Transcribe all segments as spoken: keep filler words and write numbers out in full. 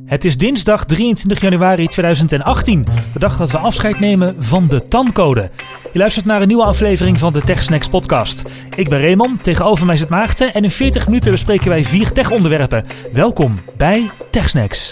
Het is dinsdag drieëntwintig januari tweeduizend achttien, de dag dat we afscheid nemen van de tancode. Je luistert naar een nieuwe aflevering van de TechSnacks podcast. Ik ben Raymond, tegenover mij zit Maarten en in veertig minuten bespreken wij vier tech-onderwerpen. Welkom bij TechSnacks.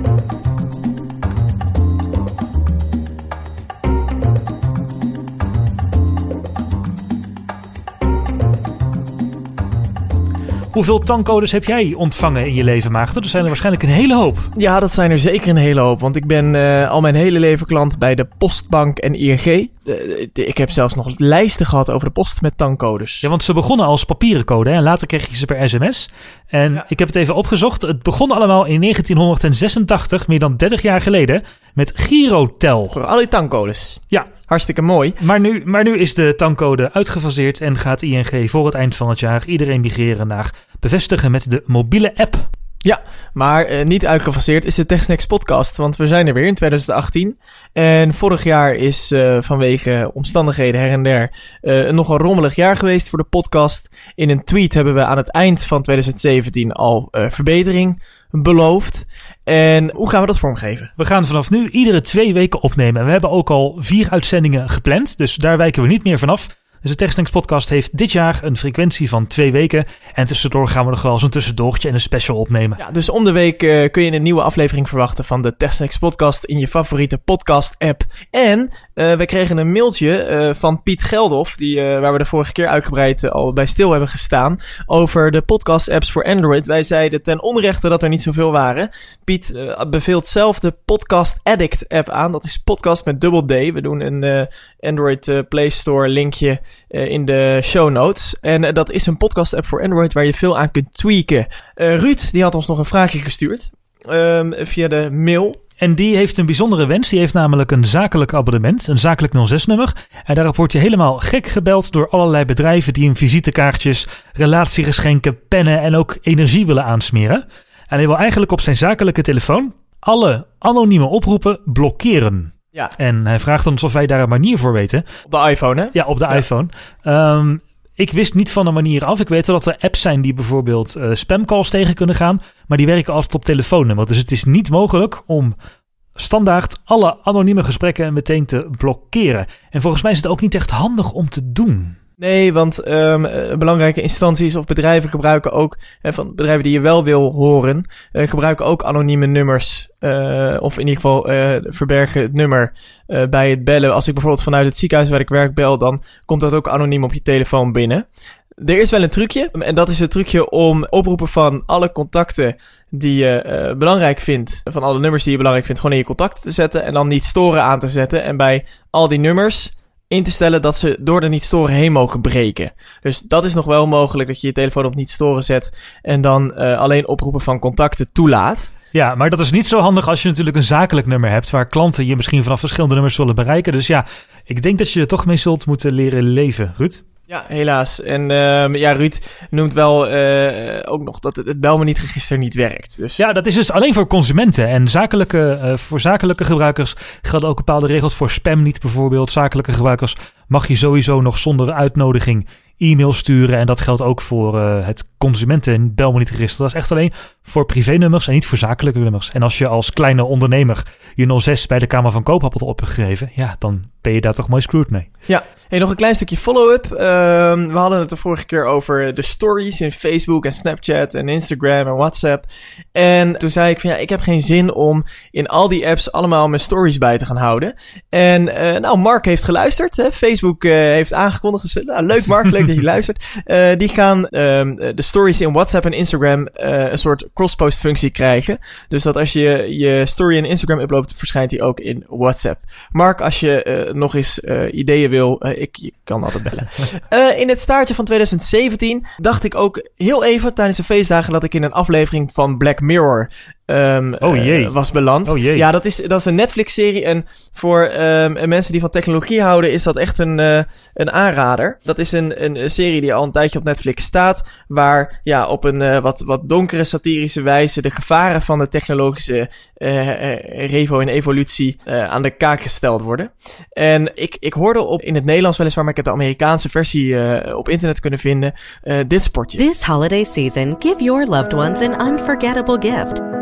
Hoeveel tankcodes heb jij ontvangen in je leven, Maarten? Er zijn er waarschijnlijk een hele hoop. Ja, dat zijn er zeker een hele hoop. Want ik ben uh, al mijn hele leven klant bij de Postbank en I N G. Uh, ik heb zelfs nog lijsten gehad over de post met tankcodes. Ja, want ze begonnen als papieren code hè? En later kreeg je ze per sms. En ja. Ik heb het even opgezocht. Het begon allemaal in negentienhonderdzesentachtig, meer dan dertig jaar geleden, met Girotel. Voor al die tankcodes. Ja. Hartstikke mooi. Maar nu, maar nu is de tankcode uitgefaseerd en gaat I N G voor het eind van het jaar iedereen migreren naar bevestigen met de mobiele app. Ja, maar uh, niet uitgefaseerd is de TechSnacks podcast, want we zijn er weer in tweeduizend achttien. En vorig jaar is uh, vanwege omstandigheden her en der uh, een nogal rommelig jaar geweest voor de podcast. In een tweet hebben we aan het eind van tweeduizend zeventien al uh, verbetering beloofd. En hoe gaan we dat vormgeven? We gaan vanaf nu iedere twee weken opnemen. En we hebben ook al vier uitzendingen gepland, dus daar wijken we niet meer vanaf. Dus de TechSnacks podcast heeft dit jaar een frequentie van twee weken. En tussendoor gaan we nog wel zo'n tussendoortje en een special opnemen. Ja, dus om de week uh, kun je een nieuwe aflevering verwachten van de TechSnacks podcast in je favoriete podcast app. En uh, we kregen een mailtje uh, van Piet Geldof, die, uh, waar we de vorige keer uitgebreid uh, al bij stil hebben gestaan, over de podcast apps voor Android. Wij zeiden ten onrechte dat er niet zoveel waren. Piet uh, beveelt zelf de Podcast Addict app aan. Dat is podcast met dubbel D. We doen een uh, Android uh, Play Store linkje Uh, in de show notes. En uh, dat is een podcast app voor Android waar je veel aan kunt tweaken. Uh, Ruud, die had ons nog een vraagje gestuurd. Um, via de mail. En die heeft een bijzondere wens. Die heeft namelijk een zakelijk abonnement. Een zakelijk nul zes nummer. En daarop wordt je helemaal gek gebeld door allerlei bedrijven die hem visitekaartjes, relatiegeschenken, pennen en ook energie willen aansmeren. En hij wil eigenlijk op zijn zakelijke telefoon alle anonieme oproepen blokkeren. Ja. En hij vraagt ons of wij daar een manier voor weten. Op de iPhone, hè? Ja, op de ja. iPhone. Um, ik wist niet van een manier af. Ik weet wel dat er apps zijn die bijvoorbeeld uh, spamcalls tegen kunnen gaan. Maar die werken altijd op telefoonnummer. Dus het is niet mogelijk om standaard alle anonieme gesprekken meteen te blokkeren. En volgens mij is het ook niet echt handig om te doen. Nee, want um, belangrijke instanties of bedrijven gebruiken ook, hè, van bedrijven die je wel wil horen, uh, gebruiken ook anonieme nummers. Uh, of in ieder geval uh, verbergen het nummer uh, bij het bellen. Als ik bijvoorbeeld vanuit het ziekenhuis waar ik werk bel, dan komt dat ook anoniem op je telefoon binnen. Er is wel een trucje, en dat is het trucje om oproepen van alle contacten die je uh, belangrijk vindt, van alle nummers die je belangrijk vindt, gewoon in je contacten te zetten en dan niet storen aan te zetten. En bij al die nummers in te stellen dat ze door de niet storen heen mogen breken. Dus dat is nog wel mogelijk, dat je je telefoon op niet storen zet en dan uh, alleen oproepen van contacten toelaat. Ja, maar dat is niet zo handig als je natuurlijk een zakelijk nummer hebt, waar klanten je misschien vanaf verschillende nummers zullen bereiken. Dus ja, ik denk dat je er toch mee zult moeten leren leven, Ruud. Ja, helaas. En uh, ja, Ruud noemt wel uh, ook nog dat het, het belmenietregister niet werkt. Dus ja, dat is dus alleen voor consumenten. En zakelijke, uh, voor zakelijke gebruikers gelden ook bepaalde regels voor spam niet bijvoorbeeld. Zakelijke gebruikers mag je sowieso nog zonder uitnodiging e-mail sturen. En dat geldt ook voor uh, het consumenten belmenietregister. Dat is echt alleen voor privénummers en niet voor zakelijke nummers. En als je als kleine ondernemer je nul zes bij de Kamer van Koophandel hebt opgegeven, ja, dan ben je daar toch mooi screwed mee. Ja, hey, nog een klein stukje follow-up. Uh, we hadden het de vorige keer over de stories in Facebook en Snapchat en Instagram en WhatsApp. En toen zei ik van ja, ik heb geen zin om in al die apps allemaal mijn stories bij te gaan houden. En uh, nou, Mark heeft geluisterd. Hè? Facebook uh, heeft aangekondigd. Dus, nou, leuk Mark, leuk dat je luistert. Uh, die gaan uh, de stories in WhatsApp en Instagram uh, een soort crosspost functie krijgen. Dus dat als je je story in Instagram uploadt, verschijnt die ook in WhatsApp. Mark, als je uh, nog eens uh, ideeën wil, uh, ik je kan altijd bellen. uh, in het staartje van tweeduizend zeventien dacht ik ook heel even tijdens de feestdagen dat ik in een aflevering van Black Mirror Um, oh jee. Uh, was beland. Oh jee. Ja, dat is, dat is een Netflix-serie. En voor um, mensen die van technologie houden, is dat echt een, uh, een aanrader. Dat is een, een, een serie die al een tijdje op Netflix staat. Waar ja, op een uh, wat, wat donkere, satirische wijze de gevaren van de technologische uh, uh, revo en evolutie uh, aan de kaak gesteld worden. En ik, ik hoorde op in het Nederlands weliswaar, maar ik heb de Amerikaanse versie uh, op internet kunnen vinden. Uh, dit spotje. This holiday season, give your loved ones an unforgettable gift.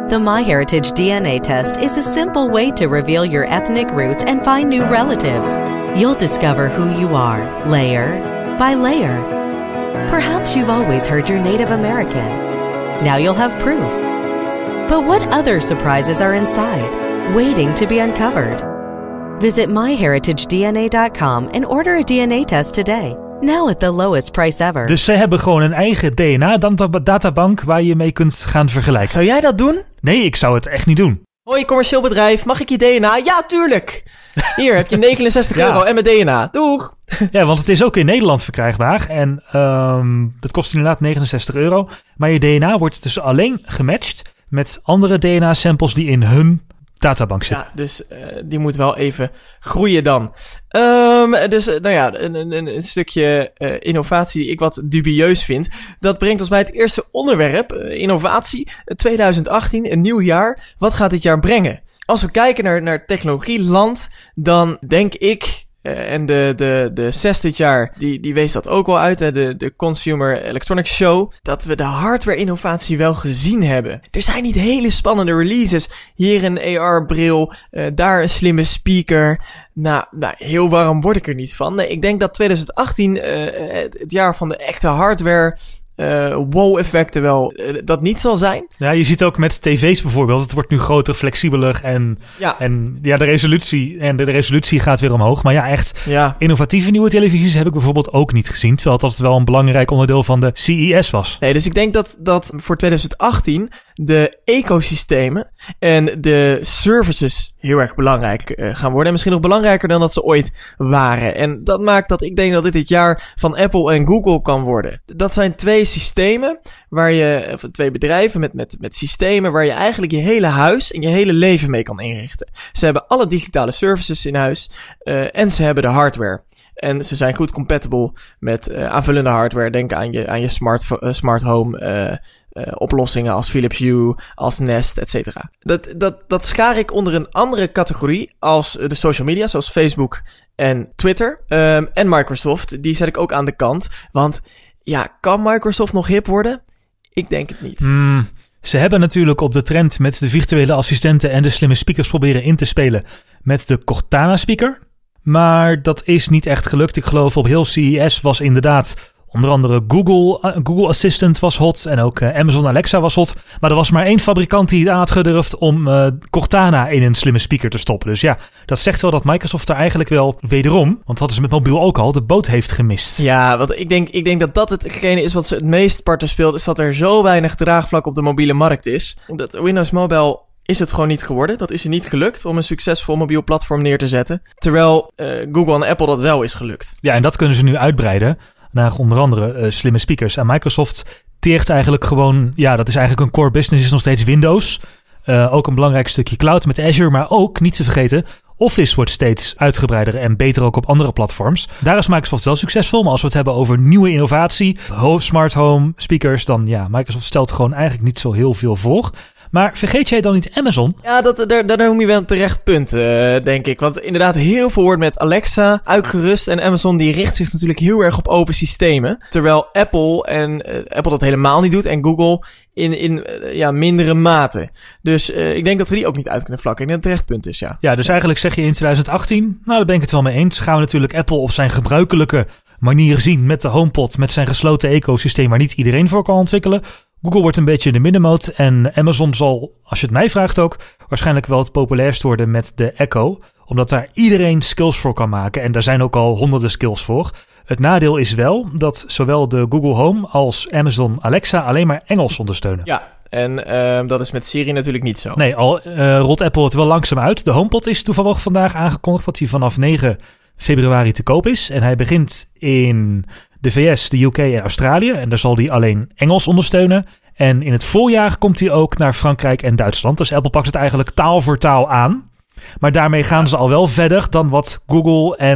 The MyHeritage D N A test is a simple way to reveal your ethnic roots and find new relatives. You'll discover who you are, layer by layer. Perhaps you've always heard you're Native American. Now you'll have proof. But what other surprises are inside, waiting to be uncovered? Visit my heritage d n a dot com and order a D N A test today. Now at the lowest price ever. Dus ze hebben gewoon een eigen D N A-databank waar je mee kunt gaan vergelijken. Zou jij dat doen? Nee, ik zou het echt niet doen. Hoi, commercieel bedrijf, mag ik je D N A? Ja, tuurlijk! Hier heb je negenenzestig Ja. euro en mijn D N A. Doeg! Ja, want het is ook in Nederland verkrijgbaar. En um, dat kost inderdaad negenenzestig euro. Maar je D N A wordt dus alleen gematcht met andere D N A-samples die in hun databank zitten. Ja, dus uh, die moet wel even groeien dan. Um, dus, uh, nou ja, een, een, een stukje uh, innovatie die ik wat dubieus vind. Dat brengt ons bij het eerste onderwerp. Uh, innovatie, uh, twintig achttien, een nieuw jaar. Wat gaat dit jaar brengen? Als we kijken naar, naar technologieland, dan denk ik... Uh, en de, de, de C E S dit jaar, die, die wees dat ook wel uit, hè, de, de Consumer Electronics Show, dat we de hardware-innovatie wel gezien hebben. Er zijn niet hele spannende releases. Hier een A R-bril, uh, daar een slimme speaker. Nou, nou, heel warm word ik er niet van. Nee, ik denk dat twintig achttien uh, het, het jaar van de echte hardware... Uh, wow-effecten wel, uh, dat niet zal zijn. Ja, je ziet ook met tv's bijvoorbeeld. Het wordt nu groter, flexibeler en ja, en ja, de resolutie en de, de resolutie gaat weer omhoog. Maar ja, echt ja. innovatieve nieuwe televisies heb ik bijvoorbeeld ook niet gezien. Terwijl dat wel een belangrijk onderdeel van de C E S was. Nee, dus ik denk dat, dat voor twintig achttien de ecosystemen en de services heel erg belangrijk uh, gaan worden. En misschien nog belangrijker dan dat ze ooit waren. En dat maakt dat ik denk dat dit het jaar van Apple en Google kan worden. Dat zijn twee systemen waar je, of twee bedrijven met, met, met systemen waar je eigenlijk je hele huis en je hele leven mee kan inrichten. Ze hebben alle digitale services in huis uh, en ze hebben de hardware. En ze zijn goed compatible met uh, aanvullende hardware. Denk aan je, aan je smart, uh, smart home uh, uh, oplossingen als Philips Hue, als Nest, et cetera. Dat, dat, dat schaar ik onder een andere categorie als de social media, zoals Facebook en Twitter. Um, en Microsoft, die zet ik ook aan de kant. Want ja, kan Microsoft nog hip worden? Ik denk het niet. Hmm, ze hebben natuurlijk op de trend met de virtuele assistenten en de slimme speakers proberen in te spelen met de Cortana speaker. Maar dat is niet echt gelukt. Ik geloof op heel C E S was inderdaad onder andere Google, uh, Google Assistant was hot en ook uh, Amazon Alexa was hot. Maar er was maar één fabrikant die het aan had gedurfd om uh, Cortana in een slimme speaker te stoppen. Dus ja, dat zegt wel dat Microsoft daar eigenlijk wel wederom, want hadden ze met mobiel ook al, de boot heeft gemist. Ja, want ik denk, ik denk dat dat hetgene is wat ze het meest parten speelt, is dat er zo weinig draagvlak op de mobiele markt is. Omdat Windows Mobile is het gewoon niet geworden. Dat is er niet gelukt om een succesvol mobiel platform neer te zetten. Terwijl uh, Google en Apple dat wel is gelukt. Ja, en dat kunnen ze nu uitbreiden naar onder andere uh, slimme speakers. En Microsoft teert eigenlijk gewoon, ja, dat is eigenlijk een core business, is nog steeds Windows. Uh, ook een belangrijk stukje cloud met Azure, maar ook, niet te vergeten, Office wordt steeds uitgebreider en beter ook op andere platforms. Daar is Microsoft wel succesvol, maar als we het hebben over nieuwe innovatie, smart home speakers, dan ja, Microsoft stelt gewoon eigenlijk niet zo heel veel voor. Maar vergeet jij dan niet Amazon? Ja, dat, daar, daar noem je wel een terecht punt, uh, denk ik. Want inderdaad, heel veel wordt met Alexa uitgerust. En Amazon die richt zich natuurlijk heel erg op open systemen. Terwijl Apple en uh, Apple dat helemaal niet doet. En Google in, in uh, ja, mindere mate. Dus uh, ik denk dat we die ook niet uit kunnen vlakken. Ik denk dat het terecht punt is, ja. Ja, dus eigenlijk zeg je in twintig achttien, nou daar ben ik het wel mee eens. Gaan we natuurlijk Apple op zijn gebruikelijke manier zien met de HomePod, met zijn gesloten ecosysteem waar niet iedereen voor kan ontwikkelen. Google wordt een beetje de middenmoot en Amazon zal, als je het mij vraagt ook, waarschijnlijk wel het populairst worden met de Echo. Omdat daar iedereen skills voor kan maken en daar zijn ook al honderden skills voor. Het nadeel is wel dat zowel de Google Home als Amazon Alexa alleen maar Engels ondersteunen. Ja, en uh, dat is met Siri natuurlijk niet zo. Nee, al uh, rolt Apple het wel langzaam uit. De HomePod is toevallig vandaag aangekondigd dat hij vanaf negen februari te koop is. En hij begint in de V S, de U K en Australië. En daar zal hij alleen Engels ondersteunen. En in het voorjaar komt hij ook naar Frankrijk en Duitsland. Dus Apple pakt het eigenlijk taal voor taal aan. Maar daarmee gaan ze al wel verder dan wat Google en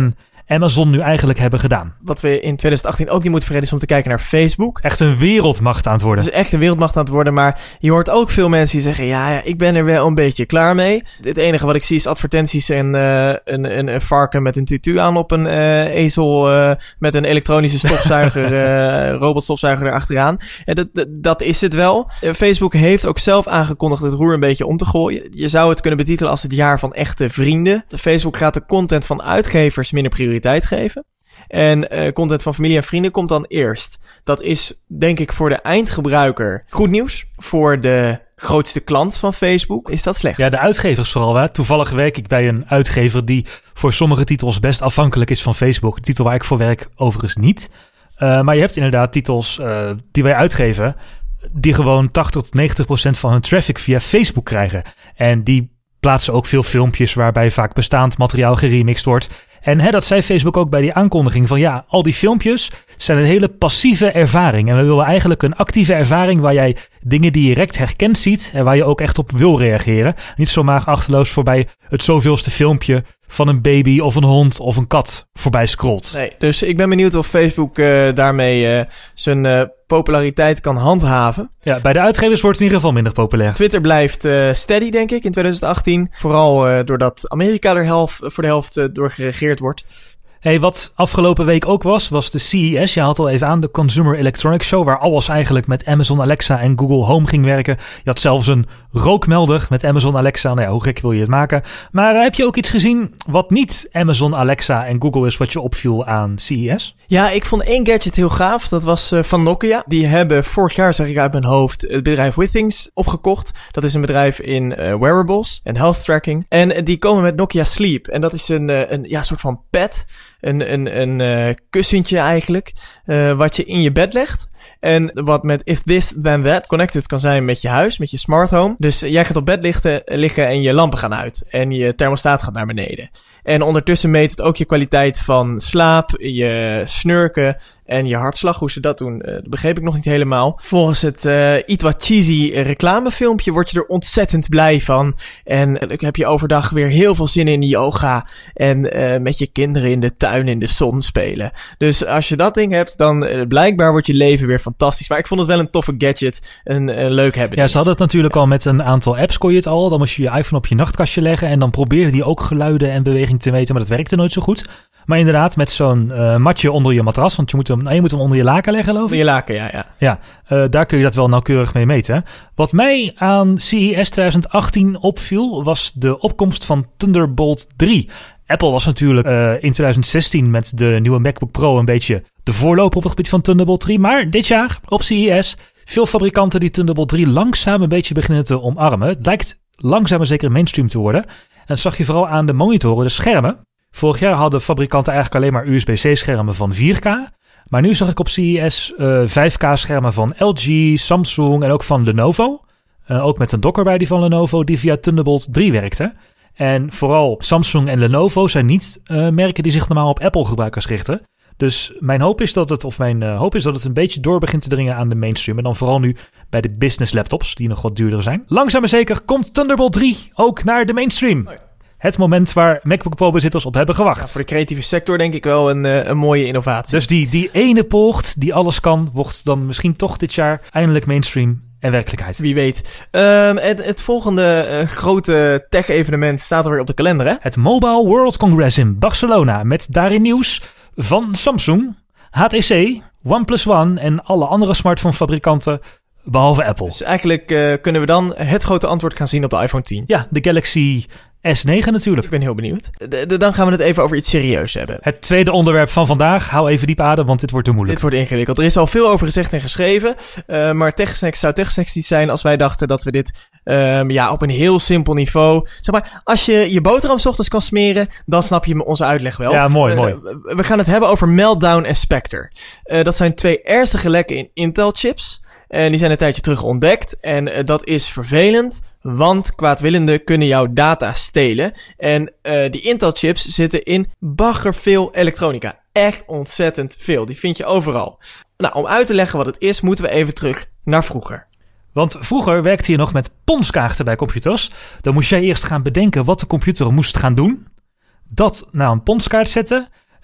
Amazon nu eigenlijk hebben gedaan. Wat we in twintig achttien ook niet moeten vergeten is om te kijken naar Facebook. Echt een wereldmacht aan het worden. Het is echt een wereldmacht aan het worden, maar je hoort ook veel mensen die zeggen, ja, ja ik ben er wel een beetje klaar mee. Het enige wat ik zie is advertenties en uh, een, een, een varken met een tutu aan op een uh, ezel uh, met een elektronische stofzuiger, uh, robotstofzuiger erachteraan. En dat, dat, dat is het wel. Uh, Facebook heeft ook zelf aangekondigd het roer een beetje om te gooien. Je zou het kunnen betitelen als het jaar van echte vrienden. Facebook gaat de content van uitgevers minder prioriteit geven. En uh, content van familie en vrienden komt dan eerst. Dat is, denk ik, voor de eindgebruiker goed nieuws. Voor de grootste klant van Facebook is dat slecht. Ja, de uitgevers vooral. Hè? Toevallig werk ik bij een uitgever die voor sommige titels best afhankelijk is van Facebook. De titel waar ik voor werk overigens niet. Uh, maar je hebt inderdaad titels uh, die wij uitgeven die gewoon tachtig tot negentig procent van hun traffic via Facebook krijgen. En die plaatsen ook veel filmpjes waarbij vaak bestaand materiaal geremixed wordt. En hè, dat zei Facebook ook bij die aankondiging van ja, al die filmpjes zijn een hele passieve ervaring. En we willen eigenlijk een actieve ervaring waar jij dingen die je direct herkend ziet en waar je ook echt op wil reageren. Niet zomaar achterloos voorbij het zoveelste filmpje van een baby of een hond of een kat voorbij scrolt. Nee, dus ik ben benieuwd of Facebook uh, daarmee uh, zijn uh, populariteit kan handhaven. Ja, bij de uitgevers wordt het in ieder geval minder populair. Twitter blijft uh, steady, denk ik, in twintig achttien. Vooral uh, doordat Amerika er helft, voor de helft uh, door geregeerd wordt. Hey, wat afgelopen week ook was, was de C E S. Je had al even aan, de Consumer Electronics Show, waar alles eigenlijk met Amazon Alexa en Google Home ging werken. Je had zelfs een rookmelder met Amazon Alexa. Nou ja, hoe gek wil je het maken? Maar uh, heb je ook iets gezien wat niet Amazon Alexa en Google is, wat je opviel aan C E S? Ja, ik vond één gadget heel gaaf. Dat was uh, van Nokia. Die hebben vorig jaar, zeg ik uit mijn hoofd, het bedrijf Withings opgekocht. Dat is een bedrijf in uh, wearables en health tracking. En uh, die komen met Nokia Sleep. En dat is een, uh, een ja, soort van pad. Een, een, een uh, kussentje eigenlijk, uh, wat je in je bed legt. En wat met If This Then That connected kan zijn met je huis, met je smart home. Dus uh, jij gaat op bed liggen, liggen en je lampen gaan uit. En je thermostaat gaat naar beneden. En ondertussen meet het ook je kwaliteit van slaap, je snurken en je hartslag. Hoe ze dat doen, uh, dat begreep ik nog niet helemaal. Volgens het uh, iets wat cheesy reclamefilmpje word je er ontzettend blij van. En uh, heb je overdag weer heel veel zin in yoga. En uh, met je kinderen in de tuin in de zon spelen. Dus als je dat ding hebt, dan uh, blijkbaar wordt je leven weer fantastisch. Maar ik vond het wel een toffe gadget. Een, een leuk hebben. Ja, ze hadden het natuurlijk ja. al met een aantal apps kon je het al. Dan moest je je iPhone op je nachtkastje leggen. En dan probeerde die ook geluiden en beweging te meten. Maar dat werkte nooit zo goed. Maar inderdaad, met zo'n uh, matje onder je matras. Want je moet hem, nou, je moet hem onder je laken leggen, geloof ik. Onder je laken, ja. Ja, ja uh, daar kun je dat wel nauwkeurig mee meten. Wat mij aan C E S twintig achttien opviel, was de opkomst van Thunderbolt drie. Apple was natuurlijk uh, in twintig zestien met de nieuwe MacBook Pro een beetje de voorloper op het gebied van Thunderbolt drie. Maar dit jaar op C E S veel fabrikanten die Thunderbolt drie langzaam een beetje beginnen te omarmen. Het lijkt langzaam maar zeker mainstream te worden. En dat zag je vooral aan de monitoren, de schermen. Vorig jaar hadden fabrikanten eigenlijk alleen maar U S B C schermen van vier K. Maar nu zag ik op C E S uh, vijf K schermen van L G, Samsung en ook van Lenovo. Uh, ook met een dock erbij die van Lenovo die via Thunderbolt drie werkte. En vooral Samsung en Lenovo zijn niet uh, merken die zich normaal op Apple-gebruikers richten. Dus mijn hoop is dat het, of mijn uh, hoop is dat het een beetje door begint te dringen aan de mainstream. En dan vooral nu bij de business laptops, die nog wat duurder zijn. Langzaam maar zeker komt Thunderbolt drie ook naar de mainstream. Het moment waar MacBook Pro-bezitters op hebben gewacht. Ja, voor de creatieve sector denk ik wel een, uh, een mooie innovatie. Dus die, die ene poort die alles kan, wordt dan misschien toch dit jaar eindelijk mainstream en werkelijkheid. Wie weet. Um, het, het volgende uh, grote tech-evenement staat er weer op de kalender, hè? Het Mobile World Congress in Barcelona. Met daarin nieuws van Samsung, H T C, OnePlus One en alle andere smartphone-fabrikanten, behalve Apple. Dus eigenlijk uh, kunnen we dan het grote antwoord gaan zien op de iPhone tien. Ja, de Galaxy S negen natuurlijk. Ik ben heel benieuwd. De, de, dan gaan we het even over iets serieus hebben. Het tweede onderwerp van vandaag. Hou even diep adem, want dit wordt te moeilijk. Dit wordt ingewikkeld. Er is al veel over gezegd en geschreven. Uh, maar TechSnacks zou TechSnacks niet zijn als wij dachten dat we dit um, ja, op een heel simpel niveau... Zeg maar, als je je boterham 's ochtends kan smeren, dan snap je onze uitleg wel. Ja, mooi, uh, mooi. We gaan het hebben over Meltdown en Spectre. Uh, dat zijn twee ernstige lekken in Intel-chips. En die zijn een tijdje terug ontdekt. En uh, dat is vervelend, want kwaadwillenden kunnen jouw data stelen. En uh, die Intel-chips zitten in baggerveel elektronica. Echt ontzettend veel. Die vind je overal. Nou, om uit te leggen wat het is, moeten we even terug naar vroeger. Want vroeger werkte je nog met ponskaarten bij computers. Dan moest jij eerst gaan bedenken wat de computer moest gaan doen. Dat naar een ponskaart zetten.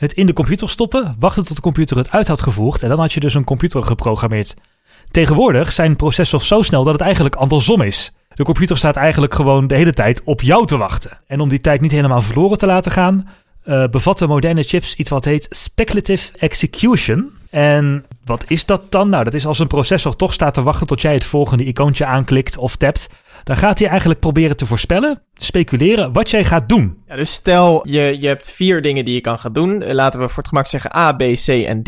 het in de computer stoppen, wachten tot de computer het uit had gevoerd en dan had je dus een computer geprogrammeerd. Tegenwoordig zijn processors zo snel dat het eigenlijk andersom is. De computer staat eigenlijk gewoon de hele tijd op jou te wachten. En om die tijd niet helemaal verloren te laten gaan, uh, bevatten moderne chips iets wat heet speculative execution. En wat is dat dan? Nou, dat is als een processor toch staat te wachten tot jij het volgende icoontje aanklikt of tapt. Dan gaat hij eigenlijk proberen te voorspellen, te speculeren wat jij gaat doen. Ja, dus stel je, je hebt vier dingen die je kan gaan doen. Laten we voor het gemak zeggen A, B, C en D.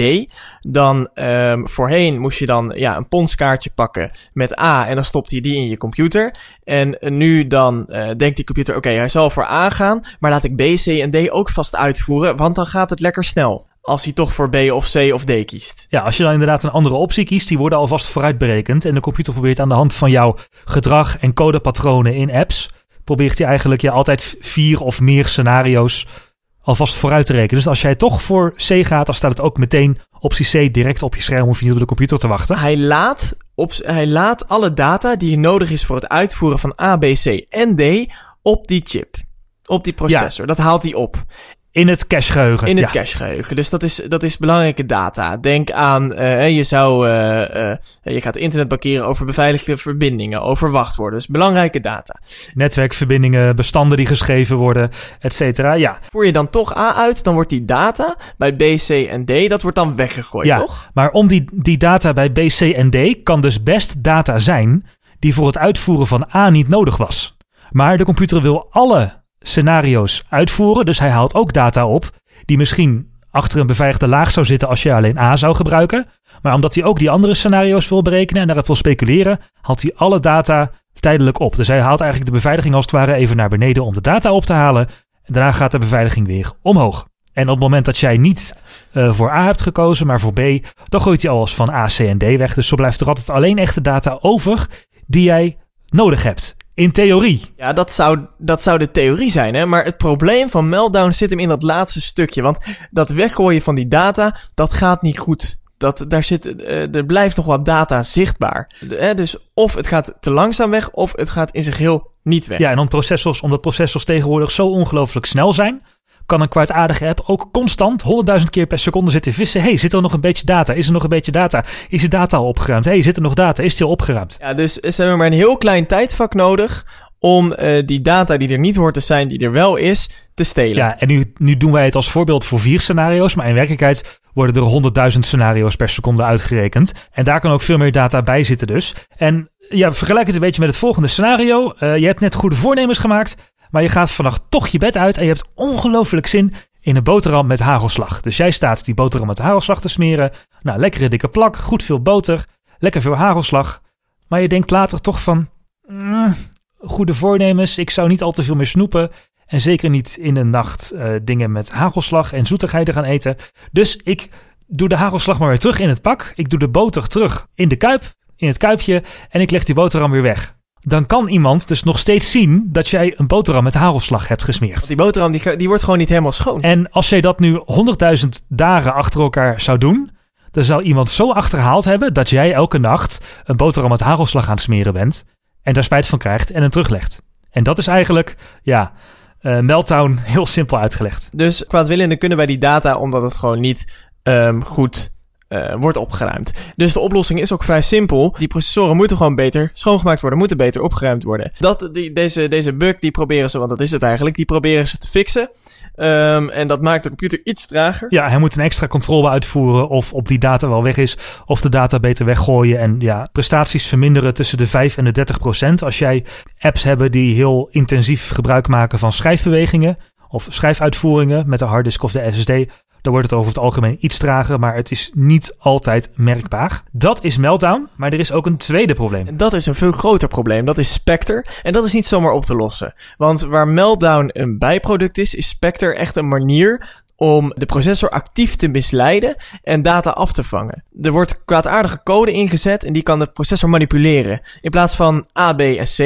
Dan um, voorheen moest je dan ja, een ponskaartje pakken met A en dan stopte je die in je computer. En nu dan uh, denkt die computer, oké, okay, hij zal voor A gaan, maar laat ik B, C en D ook vast uitvoeren, want dan gaat het lekker snel. Als hij toch voor B of C of D kiest. Ja, als je dan inderdaad een andere optie kiest, die worden alvast vooruitberekend. En de computer probeert aan de hand van jouw gedrag en codepatronen in apps, probeert hij eigenlijk ja, altijd vier of meer scenario's alvast vooruit te rekenen. Dus als jij toch voor C gaat, dan staat het ook meteen optie C direct op je scherm, hoef je niet op de computer te wachten. Hij laat, op, hij laat alle data die nodig is voor het uitvoeren van A, B, C en D op die chip. Op die processor. Ja. Dat haalt hij op. In het cachegeheugen. In het ja. cachegeheugen. Dus dat is, dat is belangrijke data. Denk aan, uh, je zou, uh, uh, je gaat internet bankeren over beveiligde verbindingen, over wachtwoorden. Dus belangrijke data. Netwerkverbindingen, bestanden die geschreven worden, et cetera. Ja. Voer je dan toch A uit, dan wordt die data bij B, C en D, dat wordt dan weggegooid, ja, toch? Maar om die, die data bij B, C en D kan dus best data zijn die voor het uitvoeren van A niet nodig was. Maar de computer wil alle scenario's uitvoeren, dus hij haalt ook data op die misschien achter een beveiligde laag zou zitten als je alleen A zou gebruiken. Maar omdat hij ook die andere scenario's wil berekenen en daarop wil speculeren, haalt hij alle data tijdelijk op. Dus hij haalt eigenlijk de beveiliging als het ware even naar beneden om de data op te halen. En daarna gaat de beveiliging weer omhoog. En op het moment dat jij niet uh, voor A hebt gekozen, maar voor B, dan gooit hij alles van A, C en D weg. Dus zo blijft er altijd alleen echte data over die jij nodig hebt. In theorie. Ja, dat zou, dat zou de theorie zijn, hè. Maar het probleem van Meltdown zit hem in dat laatste stukje. Want dat weggooien van die data, dat gaat niet goed. Dat, daar zit, uh, er blijft nog wat data zichtbaar. De, hè, dus of het gaat te langzaam weg, of het gaat in zijn geheel niet weg. Ja, en om processors, omdat processors tegenwoordig zo ongelooflijk snel zijn, kan een kwaadaardige app ook constant honderdduizend keer per seconde zitten vissen. Hey, zit er nog een beetje data? Is er nog een beetje data? Is de data al opgeruimd? Hey, zit er nog data? Is die al opgeruimd? Ja, dus ze hebben maar een heel klein tijdvak nodig om uh, die data die er niet hoort te zijn, die er wel is, te stelen. Ja, en nu, nu doen wij het als voorbeeld voor vier scenario's, maar in werkelijkheid worden er honderdduizend scenario's per seconde uitgerekend. En daar kan ook veel meer data bij zitten dus. En ja, vergelijk het een beetje met het volgende scenario. Uh, je hebt net goede voornemens gemaakt, maar je gaat vannacht toch je bed uit en je hebt ongelooflijk zin in een boterham met hagelslag. Dus jij staat die boterham met hagelslag te smeren. Nou, lekkere dikke plak, goed veel boter, lekker veel hagelslag. Maar je denkt later toch van, mm, goede voornemens, ik zou niet al te veel meer snoepen. En zeker niet in de nacht uh, dingen met hagelslag en zoetigheden gaan eten. Dus ik doe de hagelslag maar weer terug in het pak. Ik doe de boter terug in de kuip, in het kuipje. En ik leg die boterham weer weg. Dan kan iemand dus nog steeds zien dat jij een boterham met hagelslag hebt gesmeerd. Die boterham die, die wordt gewoon niet helemaal schoon. En als jij dat nu honderdduizend dagen achter elkaar zou doen, dan zou iemand zo achterhaald hebben dat jij elke nacht een boterham met hagelslag aan het smeren bent en daar spijt van krijgt en hem teruglegt. En dat is eigenlijk, ja, uh, Meltdown heel simpel uitgelegd. Dus kwaadwillende kunnen wij die data, omdat het gewoon niet um, goed Uh, wordt opgeruimd. Dus de oplossing is ook vrij simpel. Die processoren moeten gewoon beter schoongemaakt worden, moeten beter opgeruimd worden. Dat, die, deze, deze bug, die proberen ze, want dat is het eigenlijk, die proberen ze te fixen. Um, en dat maakt de computer iets trager. Ja, hij moet een extra controle uitvoeren of op die data wel weg is, of de data beter weggooien. En ja, prestaties verminderen tussen de vijf en de dertig procent. Als jij apps hebben die heel intensief gebruik maken van schrijfbewegingen of schrijfuitvoeringen met de harddisk of de S S D, dan wordt het over het algemeen iets trager, maar het is niet altijd merkbaar. Dat is Meltdown, maar er is ook een tweede probleem. Dat is een veel groter probleem. Dat is Spectre. En dat is niet zomaar op te lossen. Want waar Meltdown een bijproduct is, is Spectre echt een manier om de processor actief te misleiden en data af te vangen. Er wordt kwaadaardige code ingezet en die kan de processor manipuleren. In plaats van A, B en C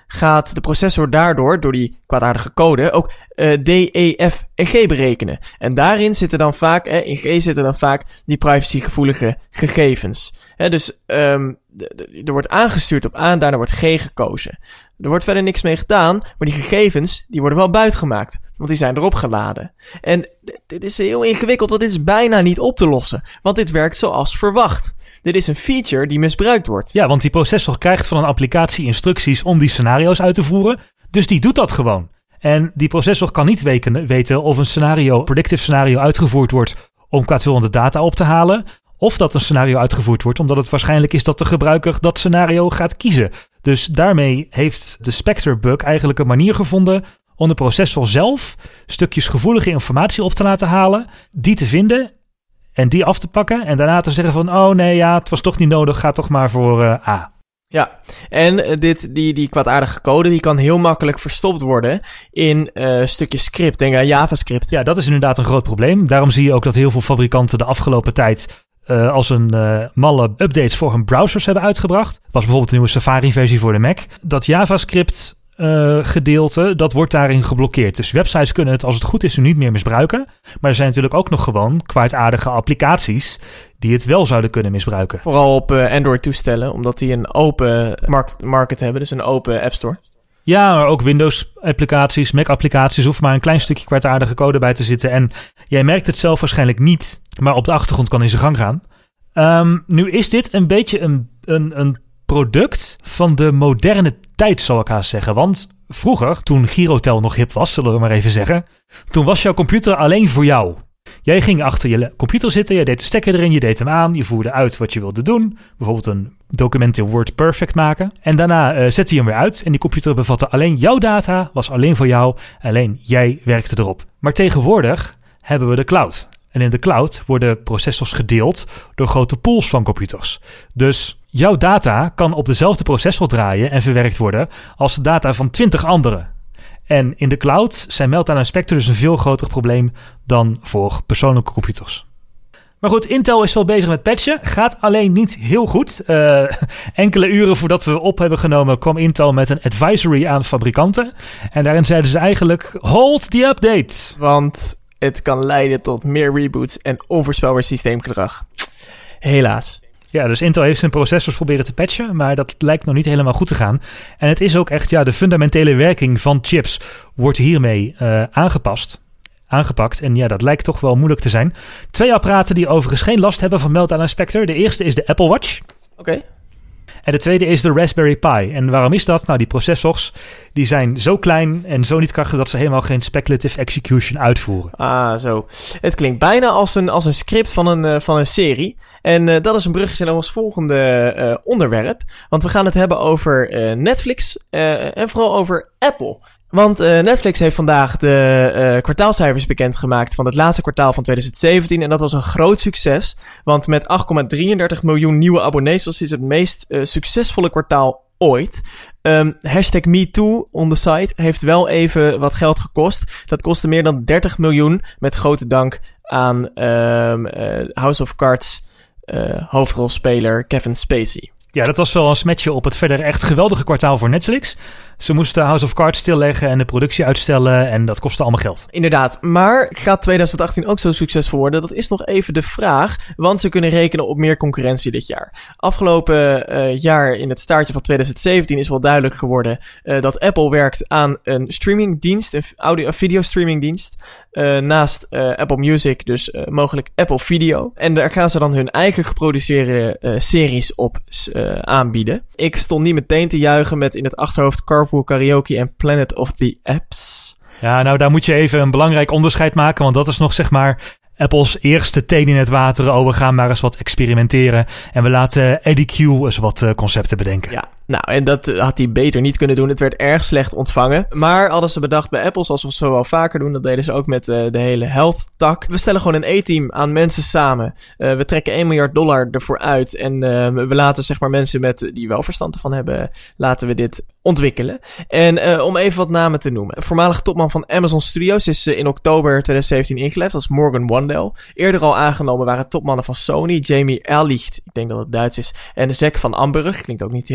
gaat de processor daardoor, door die kwaadaardige code, ook uh, D, E, F en G berekenen. En daarin zitten dan vaak, eh, in G zitten dan vaak die privacygevoelige gegevens. Hè, dus um, d- d- er wordt aangestuurd op A en daarna wordt G gekozen. Er wordt verder niks mee gedaan, maar die gegevens die worden wel buitgemaakt, want die zijn erop geladen. En d- dit is heel ingewikkeld, want dit is bijna niet op te lossen, want dit werkt zoals verwacht. Dit is een feature die misbruikt wordt. Ja, want die processor krijgt van een applicatie instructies om die scenario's uit te voeren. Dus die doet dat gewoon. En die processor kan niet weken, weten of een scenario, predictive scenario uitgevoerd wordt om kwaadwillende data op te halen. Of dat een scenario uitgevoerd wordt omdat het waarschijnlijk is dat de gebruiker dat scenario gaat kiezen. Dus daarmee heeft de Spectre-bug eigenlijk een manier gevonden om de processor zelf stukjes gevoelige informatie op te laten halen, die te vinden en die af te pakken en daarna te zeggen van, oh nee, ja, het was toch niet nodig, ga toch maar voor uh, A. Ja, en uh, dit, die, die kwaadaardige code, die kan heel makkelijk verstopt worden in uh, stukjes script. Denk aan JavaScript. Ja, dat is inderdaad een groot probleem. Daarom zie je ook dat heel veel fabrikanten de afgelopen tijd uh, als een uh, malle updates voor hun browsers hebben uitgebracht. Was bijvoorbeeld de nieuwe Safari-versie voor de Mac. Dat JavaScript Uh, gedeelte, dat wordt daarin geblokkeerd. Dus websites kunnen het, als het goed is, nu niet meer misbruiken. Maar er zijn natuurlijk ook nog gewoon kwaadaardige applicaties die het wel zouden kunnen misbruiken. Vooral op uh, Android-toestellen, omdat die een open market, market hebben, dus een open App Store. Ja, maar ook Windows-applicaties, Mac-applicaties, hoeft maar een klein stukje kwaadaardige code bij te zitten. En jij merkt het zelf waarschijnlijk niet, maar op de achtergrond kan in zijn gang gaan. Um, nu is dit een beetje een, een, een product van de moderne tijd, zal ik haast zeggen. Want vroeger, toen Girotel nog hip was, zullen we maar even zeggen, toen was jouw computer alleen voor jou. Jij ging achter je computer zitten, je deed de stekker erin, je deed hem aan, je voerde uit wat je wilde doen. Bijvoorbeeld een document in Word Perfect maken. En daarna uh, zette je hem weer uit en die computer bevatte alleen jouw data, was alleen voor jou, alleen jij werkte erop. Maar tegenwoordig hebben we de cloud. En in de cloud worden processors gedeeld door grote pools van computers. Dus jouw data kan op dezelfde processor draaien en verwerkt worden als de data van twintig anderen. En in de cloud zijn Meltdown en Spectre dus een veel groter probleem dan voor persoonlijke computers. Maar goed, Intel is wel bezig met patchen. Gaat alleen niet heel goed. Uh, enkele uren voordat we op hebben genomen kwam Intel met een advisory aan fabrikanten. En daarin zeiden ze eigenlijk, hold the update. Want het kan leiden tot meer reboots en onvoorspelbaar systeemgedrag. Helaas. Ja, dus Intel heeft zijn processors proberen te patchen, maar dat lijkt nog niet helemaal goed te gaan. En het is ook echt, ja, de fundamentele werking van chips wordt hiermee uh, aangepast, aangepakt. En ja, dat lijkt toch wel moeilijk te zijn. Twee apparaten die overigens geen last hebben van Meltdown en Spectre. De eerste is de Apple Watch. Oké. Okay. En de tweede is de Raspberry Pi. En waarom is dat? Nou, die processors die zijn zo klein en zo niet krachtig dat ze helemaal geen speculative execution uitvoeren. Ah, zo. Het klinkt bijna als een, als een script van een, uh, van een serie. En uh, dat is een bruggetje naar ons volgende uh, onderwerp. Want we gaan het hebben over uh, Netflix uh, en vooral over Apple. Want uh, Netflix heeft vandaag de uh, kwartaalcijfers bekendgemaakt van het laatste kwartaal van twintig zeventien. En dat was een groot succes. Want met acht komma drieëndertig miljoen nieuwe abonnees was dit het meest uh, succesvolle kwartaal ooit. Um, hashtag MeToo on the site heeft wel even wat geld gekost. Dat kostte meer dan dertig miljoen. Met grote dank aan um, uh, House of Cards uh, hoofdrolspeler Kevin Spacey. Ja, dat was wel een smetje op het verder echt geweldige kwartaal voor Netflix. Ze moesten House of Cards stilleggen en de productie uitstellen en dat kostte allemaal geld. Inderdaad, maar gaat twintig achttien ook zo succesvol worden? Dat is nog even de vraag, want ze kunnen rekenen op meer concurrentie dit jaar. Afgelopen uh, jaar in het staartje van twintig zeventien is wel duidelijk geworden uh, dat Apple werkt aan een streamingdienst, een audio- video streamingdienst. Uh, naast uh, Apple Music, dus uh, mogelijk Apple Video. En daar gaan ze dan hun eigen geproduceerde uh, series op uh, aanbieden. Ik stond niet meteen te juichen met in het achterhoofd Carpool Karaoke en Planet of the Apps. Ja, nou daar moet je even een belangrijk onderscheid maken, want dat is nog zeg maar Apples eerste teen in het water. Oh, we gaan maar eens wat experimenteren en we laten Eddie Q eens wat uh, concepten bedenken. Ja, nou en dat uh, had hij beter niet kunnen doen. Het werd erg slecht ontvangen. Maar hadden ze bedacht bij Apple, zoals we zo wel vaker doen, dat deden ze ook met uh, de hele health-tak. We stellen gewoon een A-team aan mensen samen. Uh, we trekken één miljard dollar ervoor uit en uh, we laten zeg maar mensen met die wel verstand ervan hebben, laten we dit ontwikkelen. En uh, om even wat namen te noemen. Voormalig topman van Amazon Studios is uh, in oktober twintig zeventien ingelijfd. Dat is Morgan Wandel. Eerder al aangenomen waren topmannen van Sony, Jamie Ellicht, ik denk dat het Duits is, en Zack van Amberg, klinkt ook niet heel uh,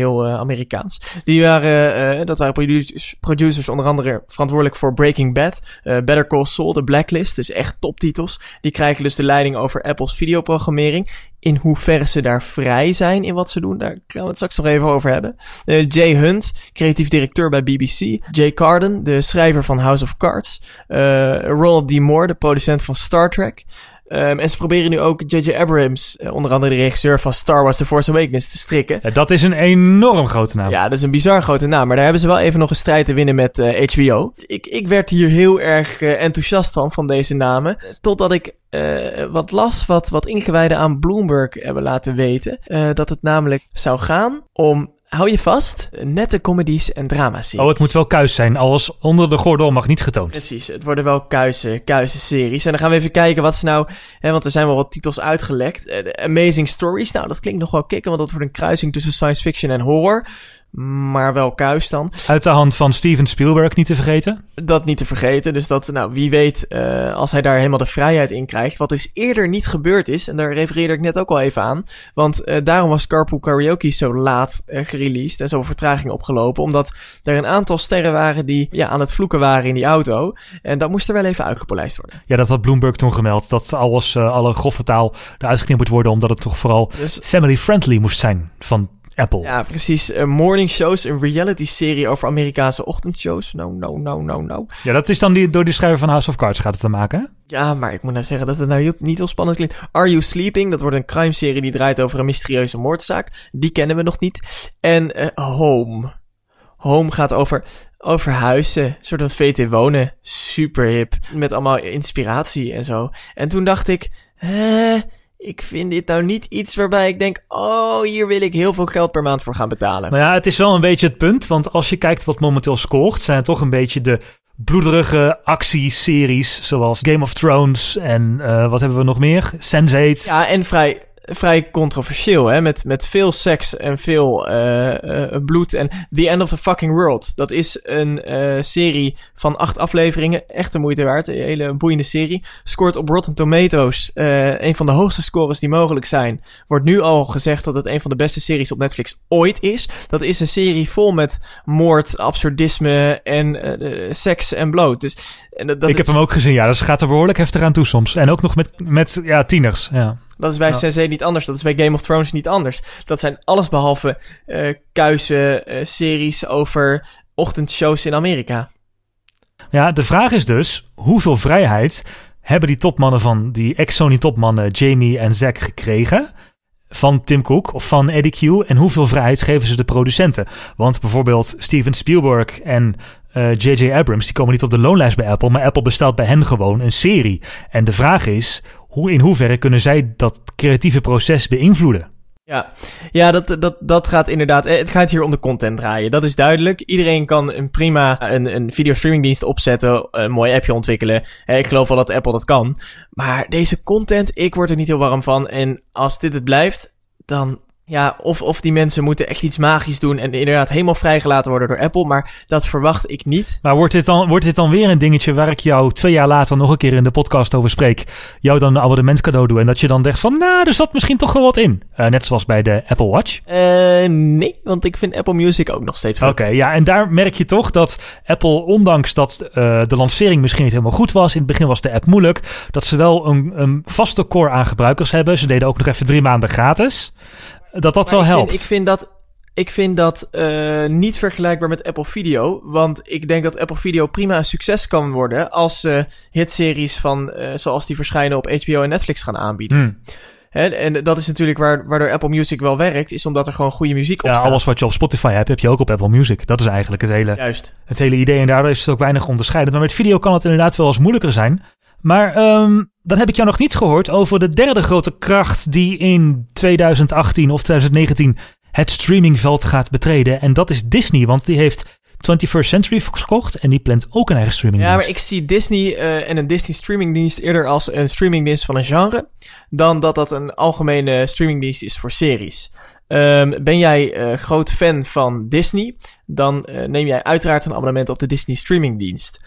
Amerikaans. Die waren, uh, dat waren producers, producers onder andere verantwoordelijk voor Breaking Bad, uh, Better Call Saul, The Blacklist, dus echt toptitels. Die krijgen dus de leiding over Apple's videoprogrammering. In hoeverre ze daar vrij zijn in wat ze doen, daar gaan we het straks nog even over hebben. Uh, Jay Hunt, creatief directeur bij B B C. Jay Carden, de schrijver van House of Cards. Uh, Ronald D. Moore, de producent van Star Trek. Um, en ze proberen nu ook J J Abrams, uh, onder andere de regisseur van Star Wars The Force Awakens, te strikken. Ja, dat is een enorm grote naam. Ja, dat is een bizar grote naam. Maar daar hebben ze wel even nog een strijd te winnen met uh, H B O. Ik, ik werd hier heel erg uh, enthousiast van, van deze namen. Totdat ik uh, wat las, wat, wat ingewijden aan Bloomberg hebben laten weten. Uh, dat het namelijk zou gaan om, hou je vast, nette comedies en dramaseries. Oh, het moet wel kuis zijn. Alles onder de gordel mag niet getoond. Precies, het worden wel kuise, kuise series. En dan gaan we even kijken wat ze nou... Hè, want er zijn wel wat titels uitgelekt. Uh, Amazing Stories, nou dat klinkt nog wel kicken, want dat wordt een kruising tussen science fiction en horror. Maar wel kuis dan. Uit de hand van Steven Spielberg, niet te vergeten. Dat niet te vergeten. Dus dat, nou, wie weet, uh, als hij daar helemaal de vrijheid in krijgt. Wat dus eerder niet gebeurd is. En daar refereerde ik net ook al even aan. Want uh, daarom was Carpool Karaoke zo laat uh, gereleased. En zoveel vertraging opgelopen. Omdat er een aantal sterren waren die ja, aan het vloeken waren in die auto. En dat moest er wel even uitgepolijst worden. Ja, dat had Bloomberg toen gemeld. Dat alles, uh, alle grove taal eruit geknipt moet worden. Omdat het toch vooral dus family-friendly moest zijn van Apple. Ja, precies. Uh, morning shows, een reality-serie over Amerikaanse ochtendshows. No, no, no, no, no. Ja, dat is dan die, door die schrijver van House of Cards gaat het te maken, hè? Ja, maar ik moet nou zeggen dat het nou heel, niet heel spannend klinkt. Are You Sleeping? Dat wordt een crime-serie die draait over een mysterieuze moordzaak. Die kennen we nog niet. En uh, Home. Home gaat over... Over huizen, een soort van V T wonen. Super hip. Met allemaal inspiratie en zo. En toen dacht ik... Hè... Ik vind dit nou niet iets waarbij ik denk... oh, hier wil ik heel veel geld per maand voor gaan betalen. Nou ja, het is wel een beetje het punt. Want als je kijkt wat momenteel scoort... zijn het toch een beetje de bloederige actieseries... zoals Game of Thrones en uh, wat hebben we nog meer? sense eight. Ja, en vrij... vrij controversieel, hè, met, met veel seks en veel uh, uh, bloed en The End of the Fucking World. Dat is een uh, serie van acht afleveringen, echt de moeite waard, een hele boeiende serie. Scoort op Rotten Tomatoes uh, een van de hoogste scores die mogelijk zijn. Wordt nu al gezegd dat het een van de beste series op Netflix ooit is. Dat is een serie vol met moord, absurdisme en uh, seks en bloot. Dus, en dat, dat Ik heb is... hem ook gezien, ja, dus gaat er behoorlijk heftig aan toe soms. En ook nog met, met ja, tieners, ja. Dat is bij ja. sense eight niet anders. Dat is bij Game of Thrones niet anders. Dat zijn allesbehalve uh, kuise uh, series over ochtendshows in Amerika. Ja, de vraag is dus, hoeveel vrijheid hebben die topmannen van die ex-Sony topmannen Jamie en Zack gekregen van Tim Cook of van Eddie Q en hoeveel vrijheid geven ze de producenten? Want bijvoorbeeld Steven Spielberg en uh, J J Abrams, die komen niet op de loonlijst bij Apple, maar Apple bestelt bij hen gewoon een serie. En de vraag is, hoe, in hoeverre kunnen zij dat creatieve proces beïnvloeden? Ja, ja dat, dat, dat gaat inderdaad... Het gaat hier om de content draaien. Dat is duidelijk. Iedereen kan een prima een, een videostreamingdienst opzetten, een mooi appje ontwikkelen. Ik geloof wel dat Apple dat kan. Maar deze content, ik word er niet heel warm van. En als dit het blijft, dan... Ja, of, of die mensen moeten echt iets magisch doen en inderdaad helemaal vrijgelaten worden door Apple, maar dat verwacht ik niet. Maar wordt dit dan, wordt dit dan weer een dingetje waar ik jou twee jaar later nog een keer in de podcast over spreek, jou dan een abonnement cadeau doe en dat je dan zegt van, nou, er zat misschien toch wel wat in. Uh, net zoals bij de Apple Watch. Uh, nee, want ik vind Apple Music ook nog steeds goed. Oké, okay, ja, en daar merk je toch dat Apple, ondanks dat uh, de lancering misschien niet helemaal goed was, in het begin was de app moeilijk, dat ze wel een, een vaste core aan gebruikers hebben. Ze deden ook nog even drie maanden gratis. Dat dat maar wel ik helpt. Vind, ik vind dat, ik vind dat uh, niet vergelijkbaar met Apple Video. Want ik denk dat Apple Video prima een succes kan worden als uh, hitseries van uh, zoals die verschijnen op H B O en Netflix gaan aanbieden. Hmm. Hè, en dat is natuurlijk waar, waardoor Apple Music wel werkt, is omdat er gewoon goede muziek op ja, staat. Alles wat je op Spotify hebt, heb je ook op Apple Music. Dat is eigenlijk het hele, Juist. het hele idee. En daardoor is het ook weinig onderscheidend. Maar met video kan het inderdaad wel eens moeilijker zijn. Maar um, dan heb ik jou nog niet gehoord over de derde grote kracht die in twintig achttien of twintig negentien het streamingveld gaat betreden. En dat is Disney, want die heeft twenty-first Century Fox gekocht en die plant ook een eigen streamingdienst. Ja, maar ik zie Disney uh, en een Disney streamingdienst eerder als een streamingdienst van een genre, dan dat dat een algemene streamingdienst is voor series. Um, ben jij uh, groot fan van Disney, dan uh, neem jij uiteraard een abonnement op de Disney streamingdienst.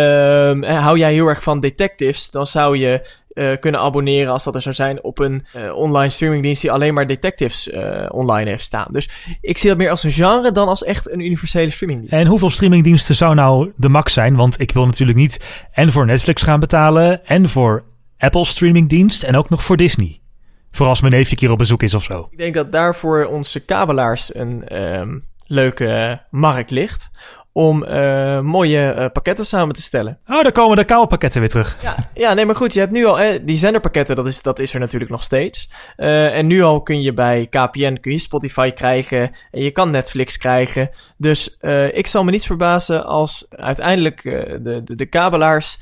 Um, hou jij heel erg van detectives, dan zou je uh, kunnen abonneren als dat er zou zijn op een uh, online streamingdienst die alleen maar detectives uh, online heeft staan. Dus ik zie dat meer als een genre dan als echt een universele streamingdienst. En hoeveel streamingdiensten zou nou de max zijn? Want ik wil natuurlijk niet en voor Netflix gaan betalen en voor Apple streamingdienst en ook nog voor Disney. Voor als mijn neefje keer op bezoek is of zo. Ik denk dat daarvoor onze kabelaars een um, leuke markt ligt om uh, mooie uh, pakketten samen te stellen. Oh, daar komen de kabelpakketten weer terug. Ja, ja, nee, maar goed, je hebt nu al eh, die zenderpakketten, dat is, dat is er natuurlijk nog steeds. Uh, en nu al kun je bij K P N kun je Spotify krijgen en je kan Netflix krijgen. Dus uh, ik zal me niets verbazen als uiteindelijk uh, de, de, de kabelaars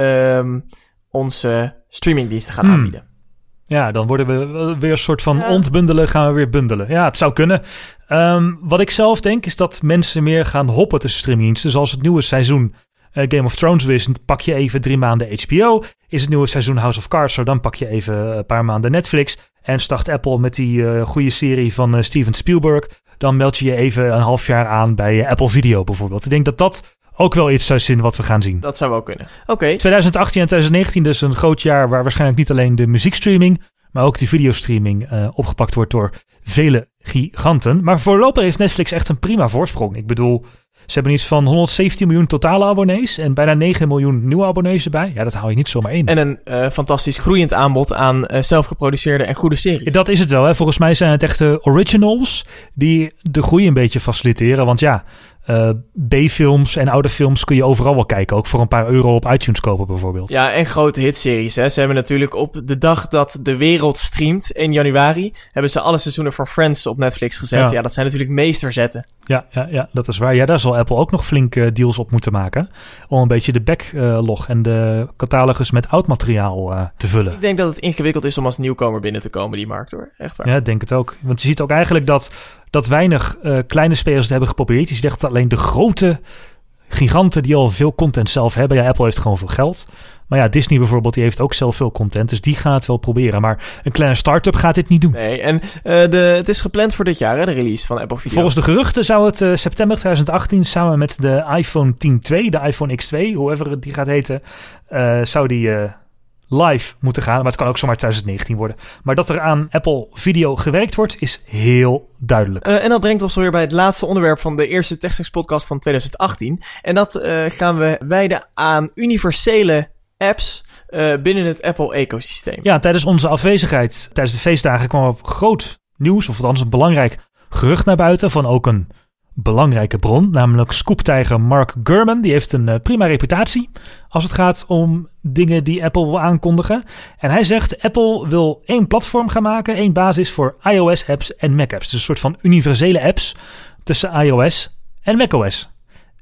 um, onze streamingdiensten gaan hmm. aanbieden. Ja, dan worden we weer een soort van ja. ontbundelen, gaan we weer bundelen. Ja, het zou kunnen. Um, wat ik zelf denk is dat mensen meer gaan hoppen tussen streamingdiensten. Zoals het nieuwe seizoen uh, Game of Thrones is, pak je even drie maanden H B O. Is het nieuwe seizoen House of Cards, zo dan pak je even een paar maanden Netflix. En start Apple met die uh, goede serie van uh, Steven Spielberg. Dan meld je je even een half jaar aan bij uh, Apple Video bijvoorbeeld. Ik denk dat dat ook wel iets zou zijn wat we gaan zien. Dat zou wel kunnen. Oké. Okay. twintig achttien en twintig negentien dus een groot jaar waar waarschijnlijk niet alleen de muziekstreaming, maar ook de videostreaming uh, opgepakt wordt door vele giganten. Maar voorlopig heeft Netflix echt een prima voorsprong. Ik bedoel, ze hebben iets van honderdzeventien miljoen totale abonnees en bijna negen miljoen nieuwe abonnees erbij. Ja, dat hou je niet zomaar in. En een uh, fantastisch groeiend aanbod aan uh, zelfgeproduceerde en goede series. Ja, dat is het wel. Hè. Volgens mij zijn het echt de originals die de groei een beetje faciliteren. Want ja, uh, B-films en oude films kun je overal wel kijken. Ook voor een paar euro op iTunes kopen bijvoorbeeld. Ja, en grote hitseries. Hè. Ze hebben natuurlijk op de dag dat de wereld streamt, in januari, hebben ze alle seizoenen van Friends op Netflix gezet. Ja, ja dat zijn natuurlijk meesterzetten. Ja, ja, ja, dat is waar. Ja, daar zal Apple ook nog flink uh, deals op moeten maken. Om een beetje de backlog uh, en de catalogus met oud materiaal uh, te vullen. Ik denk dat het ingewikkeld is om als nieuwkomer binnen te komen, die markt hoor. Echt waar. Ja, ik denk het ook. Want je ziet ook eigenlijk dat, dat weinig uh, kleine spelers het hebben geprobeerd. Je zegt alleen de grote giganten die al veel content zelf hebben. Ja, Apple heeft gewoon veel geld. Maar ja, Disney bijvoorbeeld, die heeft ook zelf veel content. Dus die gaat het wel proberen. Maar een kleine start-up gaat dit niet doen. Nee, en uh, de, het is gepland voor dit jaar, hè, de release van Apple Video. Volgens de geruchten zou het uh, september twintig achttien samen met de iPhone tien twee, de iPhone X twee, hoever die gaat heten, uh, zou die uh, live moeten gaan. Maar het kan ook zomaar twintig negentien worden. Maar dat er aan Apple Video gewerkt wordt, is heel duidelijk. Uh, en dat brengt ons weer bij het laatste onderwerp van de eerste TechSnacks podcast van twintig achttien. En dat uh, gaan we wijden aan universele apps uh, binnen het Apple-ecosysteem. Ja, tijdens onze afwezigheid, tijdens de feestdagen, kwam er groot nieuws, of althans een belangrijk gerucht naar buiten van ook een belangrijke bron, namelijk scooptijger Mark Gurman. Die heeft een uh, prima reputatie als het gaat om dingen die Apple wil aankondigen. En hij zegt, Apple wil één platform gaan maken, één basis voor iOS-apps en Mac-apps. Dus een soort van universele apps tussen iOS en macOS.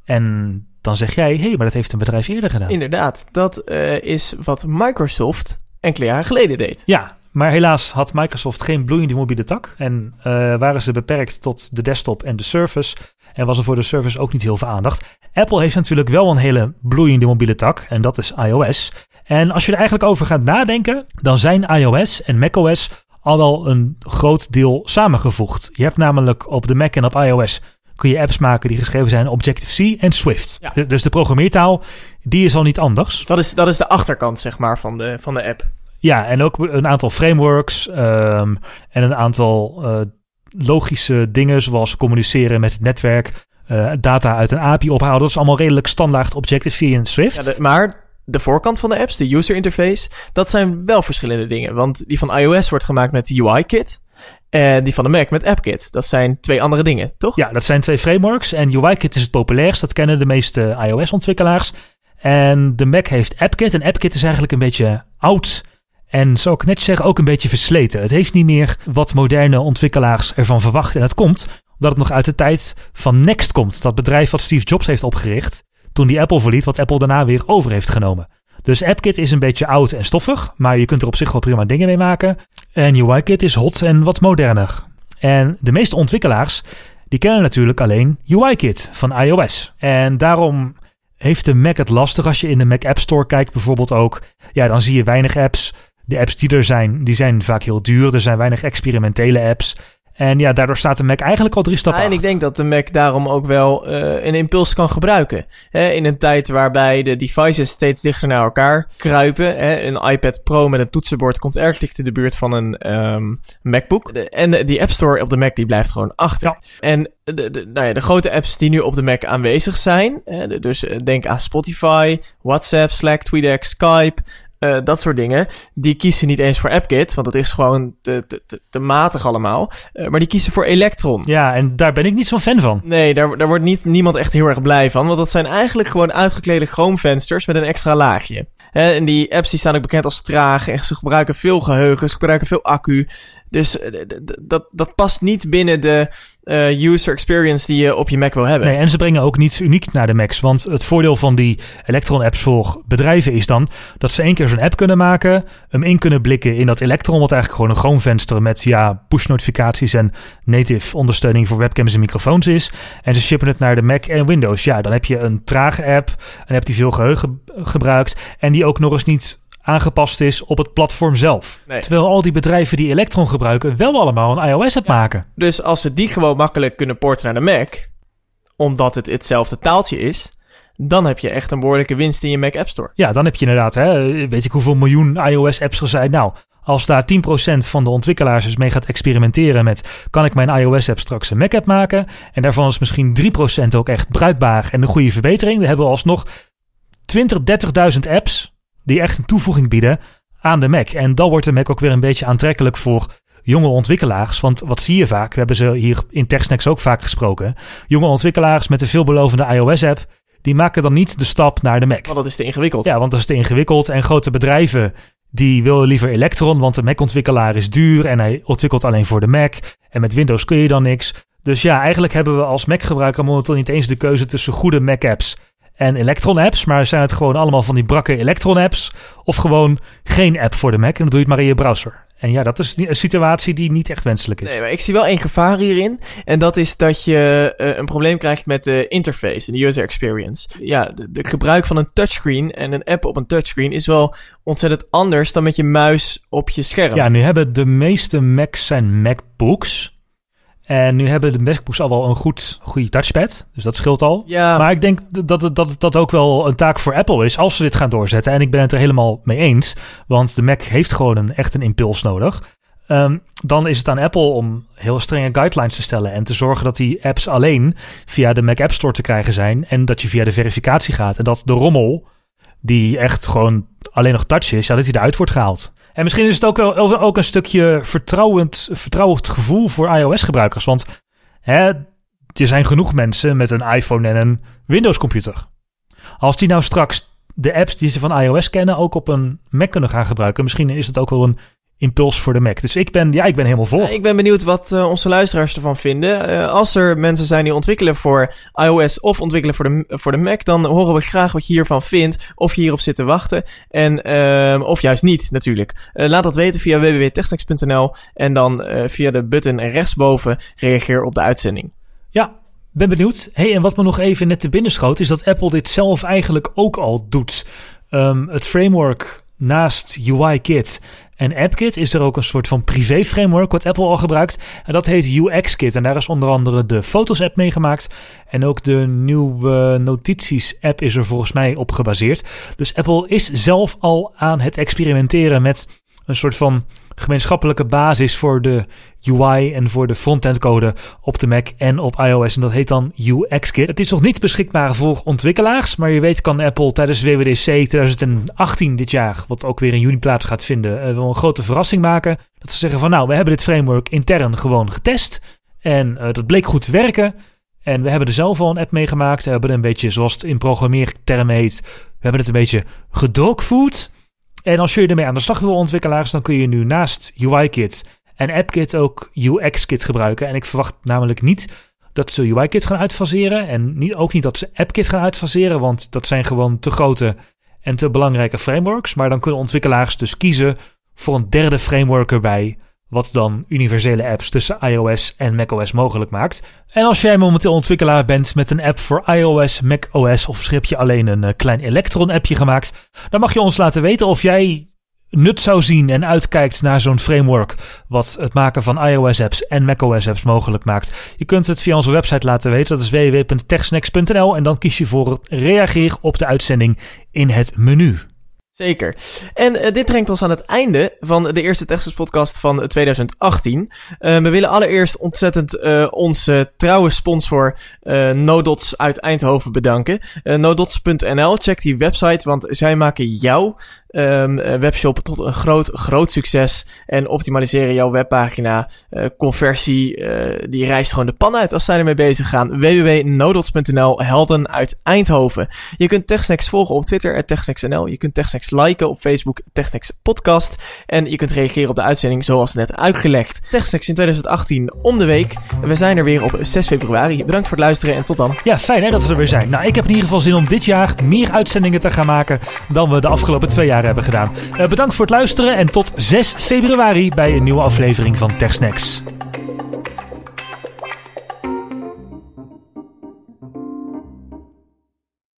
En dan zeg jij, hé, hey, maar dat heeft een bedrijf eerder gedaan. Inderdaad, dat uh, is wat Microsoft enkele jaren geleden deed. Ja, maar helaas had Microsoft geen bloeiende mobiele tak. En uh, waren ze beperkt tot de desktop en de Surface. En was er voor de Surface ook niet heel veel aandacht. Apple heeft natuurlijk wel een hele bloeiende mobiele tak. En dat is iOS. En als je er eigenlijk over gaat nadenken, dan zijn iOS en macOS al wel een groot deel samengevoegd. Je hebt namelijk op de Mac en op iOS kun je apps maken die geschreven zijn in Objective-C en Swift. Ja. Dus de programmeertaal, die is al niet anders. Dat is, dat is de achterkant, zeg maar, van de, van de app. Ja, en ook een aantal frameworks um, en een aantal uh, logische dingen, zoals communiceren met het netwerk, uh, data uit een A P I ophalen. Dat is allemaal redelijk standaard Objective-C en Swift. Ja, de, maar de voorkant van de apps, de user interface, dat zijn wel verschillende dingen. Want die van iOS wordt gemaakt met U I-Kit. En die van de Mac met AppKit. Dat zijn twee andere dingen, toch? Ja, dat zijn twee frameworks. En U I-Kit is het populairst. Dat kennen de meeste iOS-ontwikkelaars. En de Mac heeft AppKit. En AppKit is eigenlijk een beetje oud. En zou ik net zeggen, ook een beetje versleten. Het heeft niet meer wat moderne ontwikkelaars ervan verwachten. En dat komt omdat het nog uit de tijd van Next komt. Dat bedrijf wat Steve Jobs heeft opgericht toen die Apple verliet, wat Apple daarna weer over heeft genomen. Dus AppKit is een beetje oud en stoffig, maar je kunt er op zich wel prima dingen mee maken. En U I-Kit is hot en wat moderner. En de meeste ontwikkelaars, die kennen natuurlijk alleen U I-Kit van iOS. En daarom heeft de Mac het lastig als je in de Mac App Store kijkt bijvoorbeeld ook. Ja, dan zie je weinig apps. De apps die er zijn, die zijn vaak heel duur. Er zijn weinig experimentele apps. En ja, daardoor staat de Mac eigenlijk al drie stappen ja, En ik denk dat de Mac daarom ook wel uh, een impuls kan gebruiken. Hè, in een tijd waarbij de devices steeds dichter naar elkaar kruipen. Hè, een iPad Pro met een toetsenbord komt erg dicht in de buurt van een um, MacBook. De, en de, die App Store op de Mac die blijft gewoon achter. Ja. En de, de, nou ja, de grote apps die nu op de Mac aanwezig zijn. Hè, de, dus denk aan Spotify, WhatsApp, Slack, TweetDeck, Skype... Uh, dat soort dingen, die kiezen niet eens voor AppKit, want dat is gewoon te, te, te, te matig allemaal. Uh, maar die kiezen voor Electron. Ja, en daar ben ik niet zo'n fan van. Nee, daar, daar wordt niet, niemand echt heel erg blij van, want dat zijn eigenlijk gewoon uitgeklede Chrome-vensters met een extra laagje. Hè, en die apps die staan ook bekend als traag en ze gebruiken veel geheugen, ze gebruiken veel accu. Dus uh, d- d- dat, dat past niet binnen de uh, user experience die je op je Mac wil hebben. Nee, en ze brengen ook niets uniek naar de Macs. Want het voordeel van die Electron-apps voor bedrijven is dan dat ze één keer zo'n app kunnen maken, hem in kunnen blikken in dat Electron, wat eigenlijk gewoon een Chrome-venster met ja, push-notificaties en native ondersteuning voor webcams en microfoons is. En ze shippen het naar de Mac en Windows. Ja, dan heb je een trage app, een app die veel geheugen gebruikt en die ook nog eens niet aangepast is op het platform zelf. Nee. Terwijl al die bedrijven die Electron gebruiken wel allemaal een iOS-app ja. maken. Dus als ze die gewoon makkelijk kunnen porten naar de Mac, omdat het hetzelfde taaltje is, dan heb je echt een behoorlijke winst in je Mac App Store. Ja, dan heb je inderdaad, hè, weet ik hoeveel miljoen iOS-apps er zijn. Nou, als daar tien procent van de ontwikkelaars dus mee gaat experimenteren met, kan ik mijn iOS-app straks een Mac-app maken? En daarvan is misschien drie procent ook echt bruikbaar en een goede verbetering. Dan hebben we alsnog twintig, dertigduizend apps die echt een toevoeging bieden aan de Mac. En dan wordt de Mac ook weer een beetje aantrekkelijk voor jonge ontwikkelaars. Want wat zie je vaak? We hebben ze hier in TechSnacks ook vaak gesproken. Jonge ontwikkelaars met een veelbelovende iOS-app, die maken dan niet de stap naar de Mac. Want dat is te ingewikkeld. Ja, want dat is te ingewikkeld. En grote bedrijven, die willen liever Electron, want de Mac-ontwikkelaar is duur en hij ontwikkelt alleen voor de Mac. En met Windows kun je dan niks. Dus ja, eigenlijk hebben we als Mac-gebruiker momenteel niet eens de keuze tussen goede Mac-apps en Electron-apps, maar zijn het gewoon allemaal van die brakke Electron-apps of gewoon geen app voor de Mac en dan doe je het maar in je browser. En ja, dat is een situatie die niet echt wenselijk is. Nee, maar ik zie wel één gevaar hierin. En dat is dat je uh, een probleem krijgt met de interface en de user experience. Ja, de, de gebruik van een touchscreen en een app op een touchscreen is wel ontzettend anders dan met je muis op je scherm. Ja, nu hebben de meeste Macs zijn MacBooks. En nu hebben de MacBooks al wel een goed, goede touchpad. Dus dat scheelt al. Ja. Maar ik denk dat het, dat, dat ook wel een taak voor Apple is als ze dit gaan doorzetten. En ik ben het er helemaal mee eens. Want de Mac heeft gewoon een, echt een impuls nodig. Um, dan is het aan Apple om heel strenge guidelines te stellen. En te zorgen dat die apps alleen via de Mac App Store te krijgen zijn. En dat je via de verificatie gaat. En dat de rommel, die echt gewoon alleen nog touch is, ja, dat die eruit wordt gehaald. En misschien is het ook, ook een stukje vertrouwend, vertrouwend gevoel voor iOS-gebruikers. Want hè, er zijn genoeg mensen met een iPhone en een Windows-computer. Als die nou straks de apps die ze van iOS kennen ook op een Mac kunnen gaan gebruiken, misschien is het ook wel een impuls voor de Mac. Dus ik ben, ja, ik ben helemaal voor. Ja, ik ben benieuwd wat uh, onze luisteraars ervan vinden. Uh, als er mensen zijn die ontwikkelen voor iOS of ontwikkelen voor de, voor de Mac, dan horen we graag wat je hiervan vindt. Of je hierop zit te wachten. En, uh, of juist niet, natuurlijk. Uh, laat dat weten via w w w punt techsnacks punt n l en dan uh, via de button rechtsboven reageer op de uitzending. Ja, ben benieuwd. Hey, en wat me nog even net te binnen schoot, is dat Apple dit zelf eigenlijk ook al doet. Um, het framework naast U I Kit en AppKit is er ook een soort van privé framework wat Apple al gebruikt. En dat heet U X Kit. En daar is onder andere de Fotos app mee gemaakt. En ook de nieuwe Notities app is er volgens mij op gebaseerd. Dus Apple is zelf al aan het experimenteren met een soort van gemeenschappelijke basis voor de U I en voor de frontend code op de Mac en op iOS. En dat heet dan U X Kit. Het is nog niet beschikbaar voor ontwikkelaars, maar je weet kan Apple tijdens W W D C twintig achttien dit jaar, wat ook weer in juni plaats gaat vinden, wel een grote verrassing maken. Dat ze zeggen van nou, we hebben dit framework intern gewoon getest en uh, dat bleek goed te werken. En we hebben er zelf al een app mee gemaakt. We hebben een beetje, zoals het in programmeertermen heet, we hebben het een beetje gedogfood. En als je ermee aan de slag wil, ontwikkelaars, dan kun je nu naast U I Kit en AppKit ook U X Kit gebruiken. En ik verwacht namelijk niet dat ze U I Kit gaan uitfaseren en niet, ook niet dat ze AppKit gaan uitfaseren, want dat zijn gewoon te grote en te belangrijke frameworks. Maar dan kunnen ontwikkelaars dus kiezen voor een derde framework erbij, wat dan universele apps tussen iOS en macOS mogelijk maakt. En als jij momenteel ontwikkelaar bent met een app voor iOS, macOS of heb je alleen een klein Electron appje gemaakt, dan mag je ons laten weten of jij nut zou zien en uitkijkt naar zo'n framework wat het maken van iOS-apps en macOS-apps mogelijk maakt. Je kunt het via onze website laten weten. Dat is w w w punt techsnacks punt n l en dan kies je voor het reageer op de uitzending in het menu. Zeker. En uh, dit brengt ons aan het einde van de eerste TechSnacks podcast van twintig achttien. Uh, we willen allereerst ontzettend uh, onze trouwe sponsor uh, NoDots uit Eindhoven bedanken. Uh, nodots punt n l, check die website, want zij maken jouw um, webshop tot een groot, groot succes en optimaliseren jouw webpagina. Uh, conversie, uh, die reist gewoon de pan uit als zij ermee bezig gaan. w w w punt nodots punt n l, helden uit Eindhoven. Je kunt TechSnacks volgen op Twitter, at techsnacks punt n l. Je kunt TechSnacks liken op Facebook, TechSnacks Podcast. En je kunt reageren op de uitzending zoals net uitgelegd. TechSnacks in twintig achttien om de week. We zijn er weer op zes februari. Bedankt voor het luisteren en tot dan. Ja, fijn hè dat we er weer zijn. Nou, ik heb in ieder geval zin om dit jaar meer uitzendingen te gaan maken dan we de afgelopen twee jaar hebben gedaan. Uh, bedankt voor het luisteren en tot zes februari bij een nieuwe aflevering van TechSnacks.